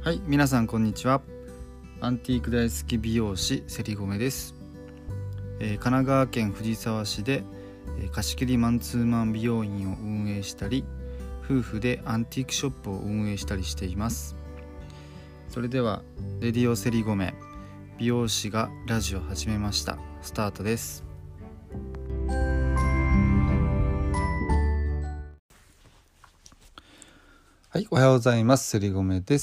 はい、皆さんこんにちは。アンティーク大好き美容師せりごめです。神奈川県藤沢市で、貸し切りマンツーマン美容院を運営したり、夫婦でアンティークショップを運営したりしています。それではレディオせりごめ美容師がラジオ始めました。スタートです。はい、おはようございます。せりごめです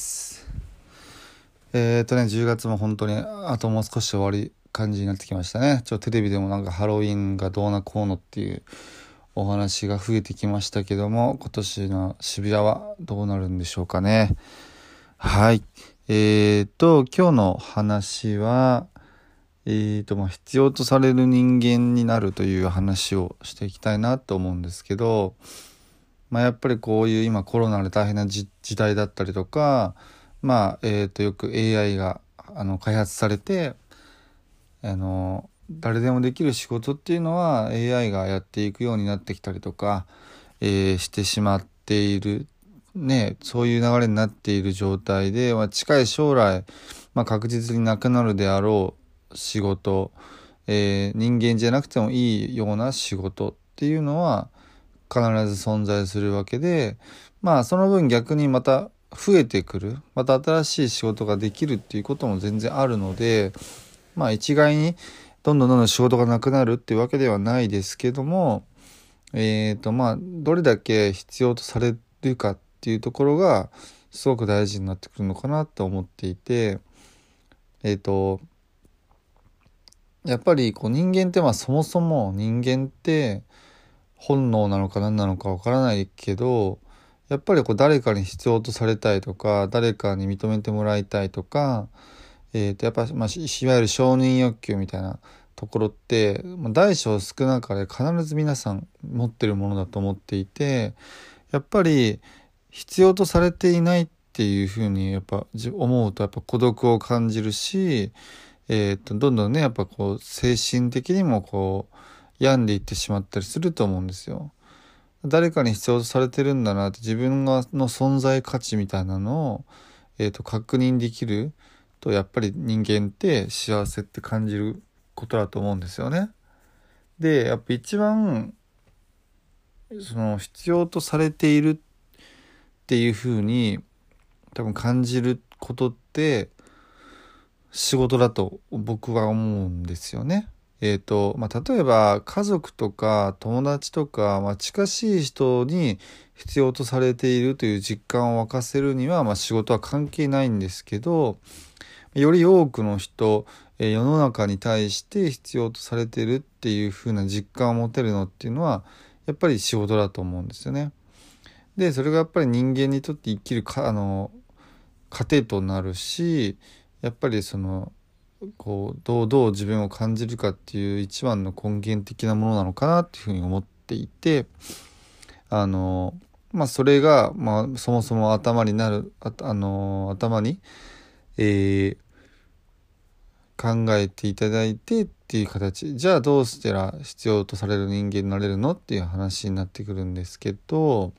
。10月も本当にあともう少し終わり感じになってきましたね。テレビでもなんかハロウィンがどうなこうのっていうお話が増えてきましたけども、今年の渋谷はどうなるんでしょうかね。はい。今日の話は、必要とされる人間になるという話をしていきたいなと思うんですけど、やっぱりこういう今コロナで大変な時代だったりとか、よく AI が開発されて誰でもできる仕事っていうのは AI がやっていくようになってきたりとか、してしまっているね、そういう流れになっている状態で、近い将来、確実になくなるであろう仕事、人間じゃなくてもいいような仕事っていうのは必ず存在するわけで、その分逆にまた増えてくる、また新しい仕事ができるっていうことも全然あるので、一概にどんどん仕事がなくなるっていうわけではないですけども、どれだけ必要とされるかっていうところがすごく大事になってくるのかなと思っていて、やっぱり人間ってそもそも人間って本能なのか何なのかわからないけど、やっぱり誰かに必要とされたいとか、誰かに認めてもらいたいとか、やっぱいわゆる承認欲求みたいなところって、大小少なかれ必ず皆さん持ってるものだと思っていて、やっぱり必要とされていないっていうふうにやっぱ思うとやっぱ孤独を感じるし、どんどんねやっぱ精神的にも病んでいってしまったりすると思うんですよ。誰かに必要とされてるんだなって自分の存在価値みたいなのを、確認できると、やっぱり人間って幸せって感じることだと思うんですよね。で、やっぱ一番必要とされているっていう風に多分感じることって仕事だと僕は思うんですよね。例えば家族とか友達とか、近しい人に必要とされているという実感を湧かせるには、仕事は関係ないんですけど、より多くの人、世の中に対して必要とされているっていう風な実感を持てるのっていうのはやっぱり仕事だと思うんですよね。で、それがやっぱり人間にとって生きる糧となるし、やっぱりどう自分を感じるかっていう一番の根源的なものなのかなっていうふうに思っていて、それが、そもそも頭に、考えていただいてっていう形、じゃあどうしたら必要とされる人間になれるのっていう話になってくるんですけど、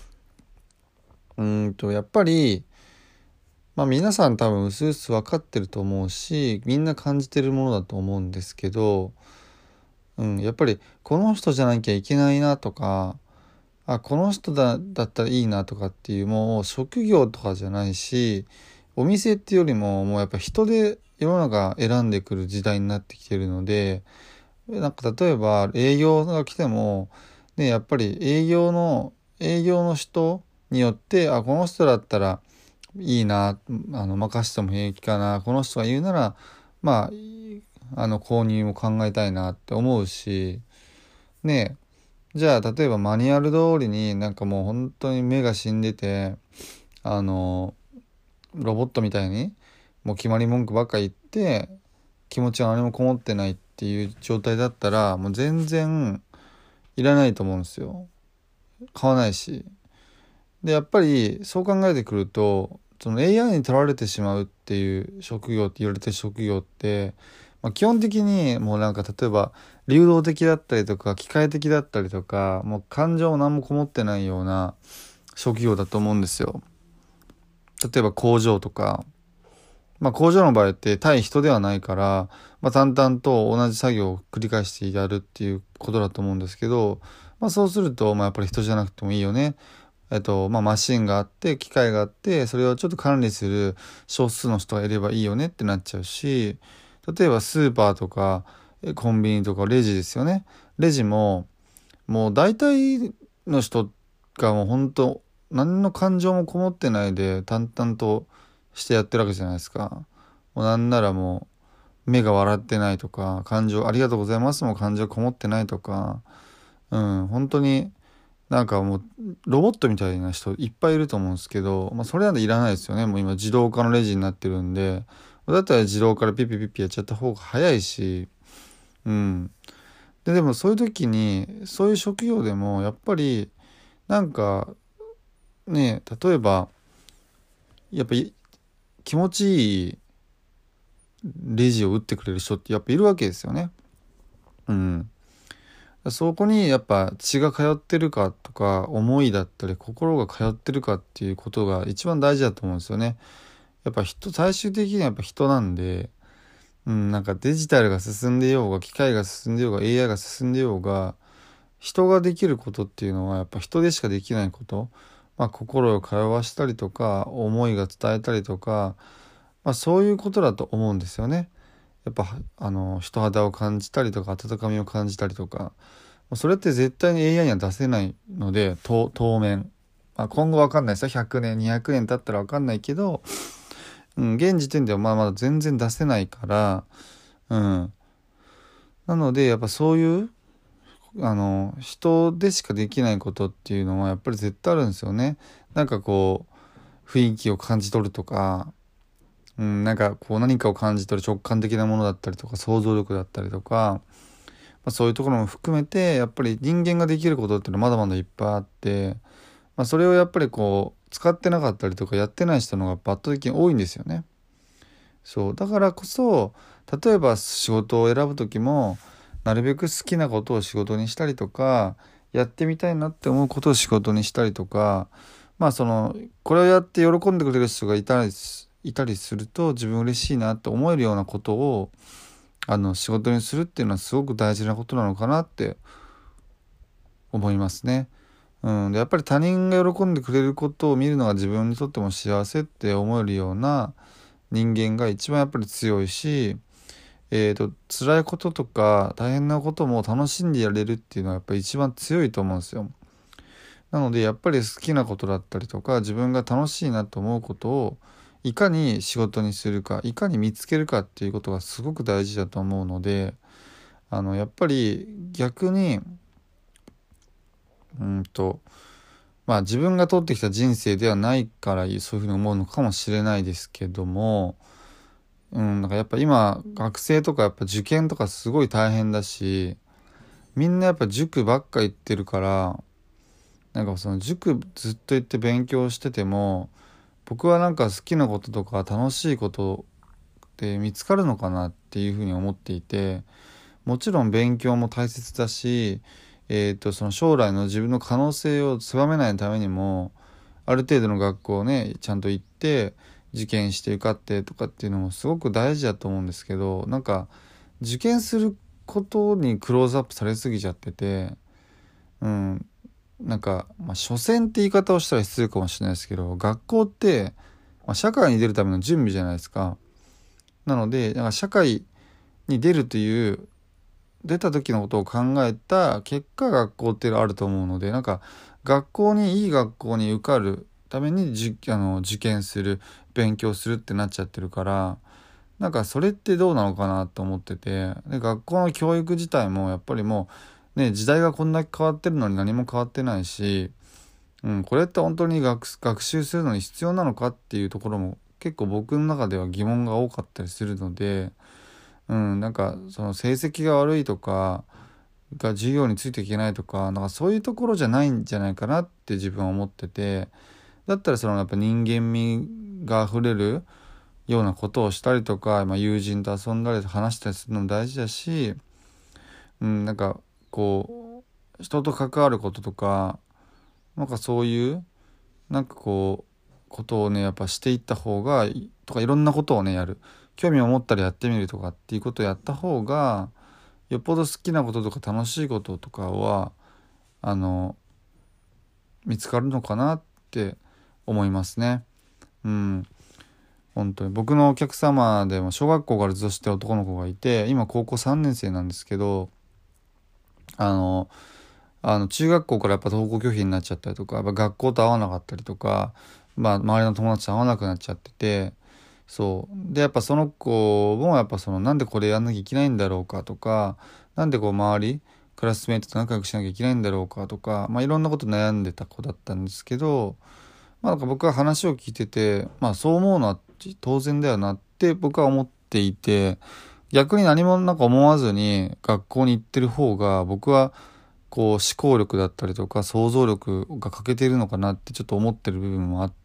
やっぱり皆さん多分薄々分かってると思うし、みんな感じてるものだと思うんですけど、やっぱりこの人じゃなきゃいけないなとか、この人だったらいいなとかっていう、もう職業とかじゃないし、お店っていうよりももうやっぱ人で世の中選んでくる時代になってきてるので、なんか例えば営業が来てもね、やっぱり営業の人によって、この人だったらいいな、任せても平気かな、この人が言うなら購入も考えたいなって思うしね。じゃあ例えばマニュアル通りになんかもう本当に目が死んでて、ロボットみたいにもう決まり文句ばっか言って気持ちが何もこもってないっていう状態だったら、もう全然いらないと思うんですよ。買わないし。で、やっぱりそう考えてくると、その AI に取られてしまうっていう職業って言われてる職業って、基本的にもうなんか例えば流動的だったりとか機械的だったりとか、もう感情も何もこもってないような職業だと思うんですよ。 例えば工場とか、工場の場合って対人ではないから、淡々と同じ作業を繰り返してやるっていうことだと思うんですけど、そうすると、やっぱり人じゃなくてもいいよね。マシンがあって機械があって、それをちょっと管理する少数の人がいればいいよねってなっちゃうし、例えばスーパーとかコンビニとかレジですよね。レジももう大体の人がもう本当何の感情もこもってないで淡々としてやってるわけじゃないですか。もうなんならもう目が笑ってないとか、感情ありがとうございますも感情こもってないとか、本当になんかもうロボットみたいな人いっぱいいると思うんですけど、それなんでいらないですよね。もう今自動化のレジになってるんで、だったら自動からピッピピッピやっちゃった方が早いし、でもそういう時にそういう職業でもやっぱりなんかね、例えばやっぱり気持ちいいレジを打ってくれる人ってやっぱいるわけですよね。そこにやっぱ血が通ってるかとか、思いだったり心が通ってるかっていうことが一番大事だと思うんですよね。やっぱ最終的にはやっぱ人なんで、なんかデジタルが進んでようが機械が進んでようが AI が進んでようが、人ができることっていうのはやっぱ人でしかできないこと、心を通わしたりとか思いが伝えたりとか、そういうことだと思うんですよね。やっぱ人肌を感じたりとか温かみを感じたりとか、それって絶対に AI には出せないので、当面、今後わかんないですよ。100年200年経ったらわかんないけど、現時点ではまだ全然出せないから、なのでやっぱそういう人でしかできないことっていうのはやっぱり絶対あるんですよね。なんかこう雰囲気を感じ取るとか、なんかこう何かを感じ取る直感的なものだったりとか想像力だったりとか、そういうところも含めてやっぱり人間ができることっていうのはまだまだいっぱいあって、それをやっぱりこう使ってなかったりとかやってない人の方が圧倒的に多いんですよね。そうだからこそ、例えば仕事を選ぶ時もなるべく好きなことを仕事にしたりとか、やってみたいなって思うことを仕事にしたりとか、これをやって喜んでくれる人がいたりすると自分嬉しいなって思えるようなことを仕事にするっていうのはすごく大事なことなのかなって思いますね。でやっぱり他人が喜んでくれることを見るのが自分にとっても幸せって思えるような人間が一番やっぱり強いし、辛いこととか大変なことも楽しんでやれるっていうのはやっぱり一番強いと思うんですよ。なのでやっぱり好きなことだったりとか自分が楽しいなと思うことをいかに仕事にするか、いかに見つけるかっていうことがすごく大事だと思うので、やっぱり逆に自分が通ってきた人生ではないからそういうふうに思うのかもしれないですけども、なんかやっぱ今学生とかやっぱ受験とかすごい大変だし、みんなやっぱ塾ばっか行ってるから、なんかその塾ずっと行って勉強してても、僕はなんか好きなこととか楽しいことって見つかるのかなっていうふうに思っていて、もちろん勉強も大切だし、その将来の自分の可能性を狭めないためにもある程度の学校をねちゃんと行って受験して受かってとかっていうのもすごく大事だと思うんですけど、なんか受験することにクローズアップされすぎちゃってて、なんか、所詮って言い方をしたら失礼かもしれないですけど、学校って、社会に出るための準備じゃないですか。なのでなんか社会に出た時のことを考えた結果学校っていうのはあると思うので、なんかいい学校に受かるために受験する、勉強するってなっちゃってるから、なんかそれってどうなのかなと思ってて、で学校の教育自体もやっぱりもうね、時代がこんだけ変わってるのに何も変わってないし、これって本当に学習するのに必要なのかっていうところも結構僕の中では疑問が多かったりするので、なんかその成績が悪いとかが授業についていけないとか、なんかそういうところじゃないんじゃないかなって自分は思ってて、だったらそのやっぱ人間味が溢れるようなことをしたりとか、友人と遊んだり話したりするのも大事だし、なんかこう人と関わることとか、なんかそういうなんかこうことをねやっぱしていった方がとか、いろんなことをねやる、興味を持ったらやってみるとかっていうことをやった方が、よっぽど好きなこととか楽しいこととかは見つかるのかなって思いますね。うん。本当に僕のお客様でも小学校からずっとしてる男の子がいて、今高校3年生なんですけど、あの中学校からやっぱ登校拒否になっちゃったりとか、やっぱ学校と合わなかったりとか、周りの友達と合わなくなっちゃってて、そうでやっぱその子もやっぱなんでこれやんなきゃいけないんだろうかとか、なんでこう周りクラスメートと仲良くしなきゃいけないんだろうかとか、いろんなこと悩んでた子だったんですけど、なんか僕は話を聞いてて、そう思うのは当然だよなって僕は思っていて、逆に何もなんか思わずに学校に行ってる方が僕はこう思考力だったりとか想像力が欠けているのかなってちょっと思ってる部分もあって、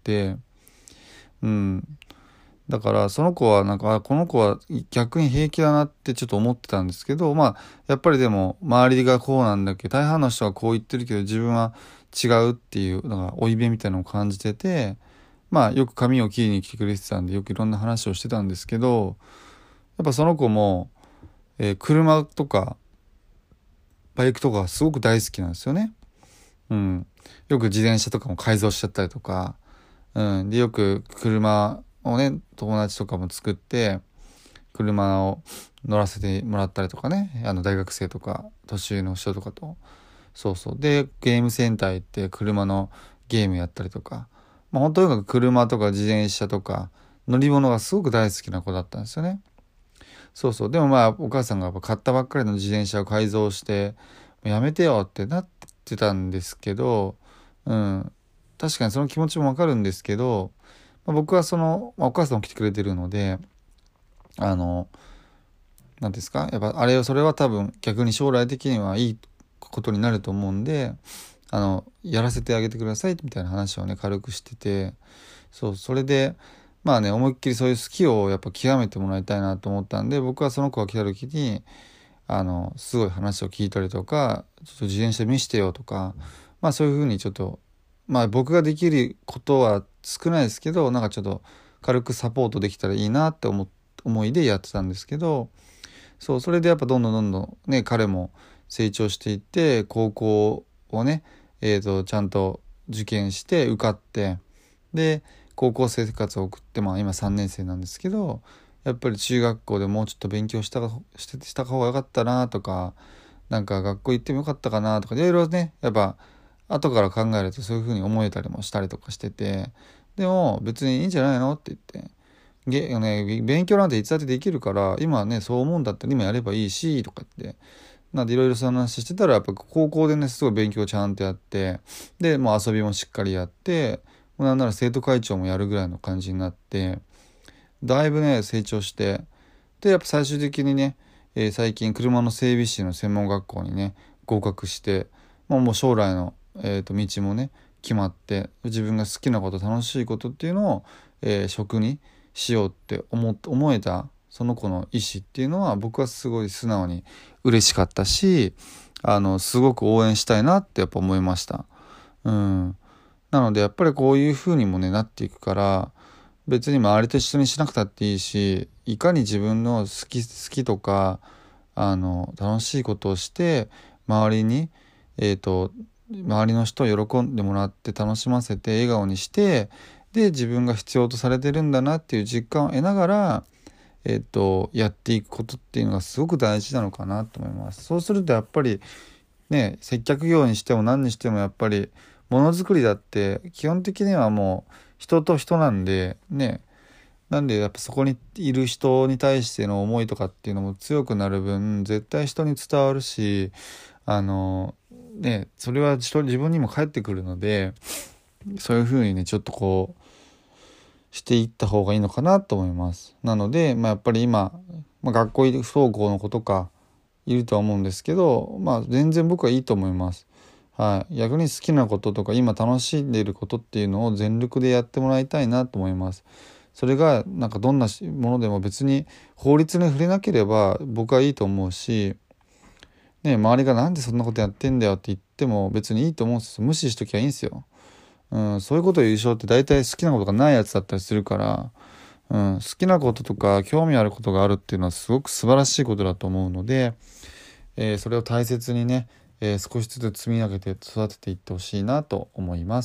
だからその子はなんかこの子は逆に平気だなってちょっと思ってたんですけど、やっぱりでも周りがこうなんだけど、大半の人はこう言ってるけど自分は違うっていうのが負い目みたいなのを感じてて、よく髪を切りに来てくれてたんでよくいろんな話をしてたんですけど、やっぱその子も、車とかバイクとかすごく大好きなんですよね。よく自転車とかも改造しちゃったりとか、でよく車をね友達とかも作って車を乗らせてもらったりとかね、大学生とか年上の人とかと、でゲームセンター行って車のゲームやったりとか、本当に車とか自転車とか乗り物がすごく大好きな子だったんですよね。でもお母さんがやっぱ買ったばっかりの自転車を改造してやめてよってなってたんですけど、確かにその気持ちもわかるんですけど、僕はお母さんも来てくれてるので、なんですか、やっぱそれは多分逆に将来的にはいいことになると思うんで、やらせてあげてくださいみたいな話をね軽くしてて、それで思いっきりそういう好きをやっぱ極めてもらいたいなと思ったんで、僕はその子が来た時にすごい話を聞いたりとか、ちょっと自転車見してよとか、そういう風にちょっと僕ができることは少ないですけど、なんかちょっと軽くサポートできたらいいなって思いでやってたんですけど、それでやっぱどんどんね彼も成長していって、高校をねちゃんと受験して受かって、で高校生活を送って、今3年生なんですけど、やっぱり中学校でもうちょっと勉強した方がよかったなとか、なんか学校行ってもよかったかなとか、いろいろねやっぱ後から考えるとそういう風に思えたりもしたりとかしてて、でも別にいいんじゃないのって言って、勉強なんていつだってできるから、今ねそう思うんだったら今やればいいしとか言って、なんでいろいろその話してたら、やっぱ高校でねすごい勉強ちゃんとやって、でもう遊びもしっかりやって、なんなら生徒会長もやるぐらいの感じになって、だいぶね成長して、でやっぱ最終的にね、最近車の整備士の専門学校にね合格して、もう将来の、道もね決まって、自分が好きなこと楽しいことっていうのを、職にしようって思えたその子の意思っていうのは、僕はすごい素直に嬉しかったし、すごく応援したいなってやっぱ思いました。なのでやっぱりこういう風にもねなっていくから、別に周りと一緒にしなくたっていいし、いかに自分の好きとか楽しいことをして周りに周りの人を喜んでもらって楽しませて笑顔にして、で自分が必要とされてるんだなっていう実感を得ながらやっていくことっていうのがすごく大事なのかなと思います。そうするとやっぱりね、接客業にしても何にしてもやっぱりものづくりだって基本的にはもう人と人なんでね、なんでやっぱそこにいる人に対しての思いとかっていうのも強くなる分、絶対人に伝わるし、それは自分にも返ってくるので、そういう風にねちょっとこうしていった方がいいのかなと思います。なので、やっぱり今、学校不登校の子とかいるとは思うんですけど、全然僕はいいと思います。逆に好きなこととか今楽しんでいることっていうのを全力でやってもらいたいなと思います。それがなんかどんなものでも別に法律に触れなければ僕はいいと思うし、周りがなんでそんなことやってんだよって言っても別にいいと思うんですよ。無視しときゃいいんですよ。 そういうことを言う人って大体好きなことがないやつだったりするから、好きなこととか興味あることがあるっていうのはすごく素晴らしいことだと思うので、それを大切にね、少しずつ積み上げて育てていってほしいなと思います。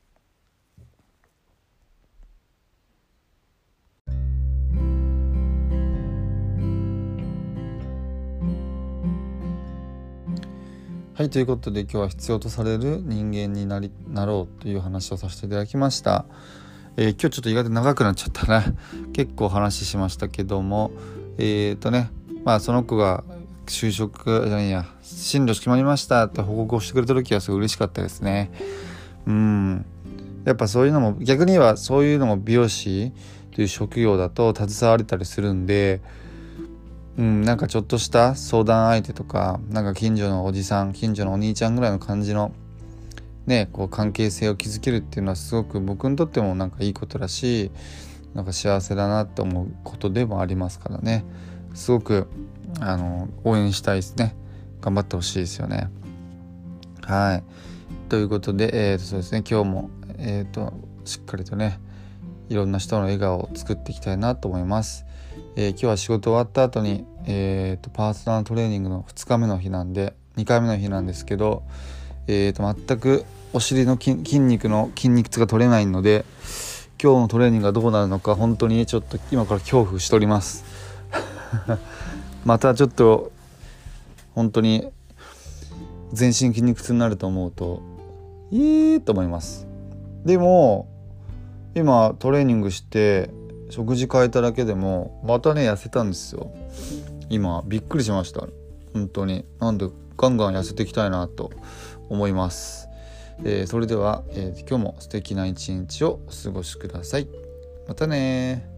はい、ということで今日は必要とされる人間になろうという話をさせていただきました。今日ちょっと意外と長くなっちゃったな結構話しましたけども、その子が就職じゃないや進路決まりましたって報告をしてくれた時はすごい嬉しかったですね。やっぱそういうのも逆にはそういうのも美容師という職業だと携われたりするんで、なんかちょっとした相談相手とか、なんか近所のおじさん、近所のお兄ちゃんぐらいの感じのね、こう関係性を築けるっていうのはすごく僕にとってもなんかいいことだし、なんか幸せだなって思うことでもありますからね。すごく応援したいですね。頑張ってほしいですよね。はい。ということで、そうですね、今日もしっかりとね、いろんな人の笑顔を作っていきたいなと思います。今日は仕事終わった後に、パーソナルトレーニングの2日目の日なんで2回目の日なんですけど、全くお尻の筋肉痛が取れないので、今日のトレーニングがどうなるのか本当にちょっと今から恐怖しておりますまたちょっと本当に全身筋肉痛になると思うとと思います。でも今トレーニングして食事変えただけでもまたね痩せたんですよ。今びっくりしました。本当になんでガンガン痩せていきたいなと思います。それでは、今日も素敵な一日をお過ごしください。またね。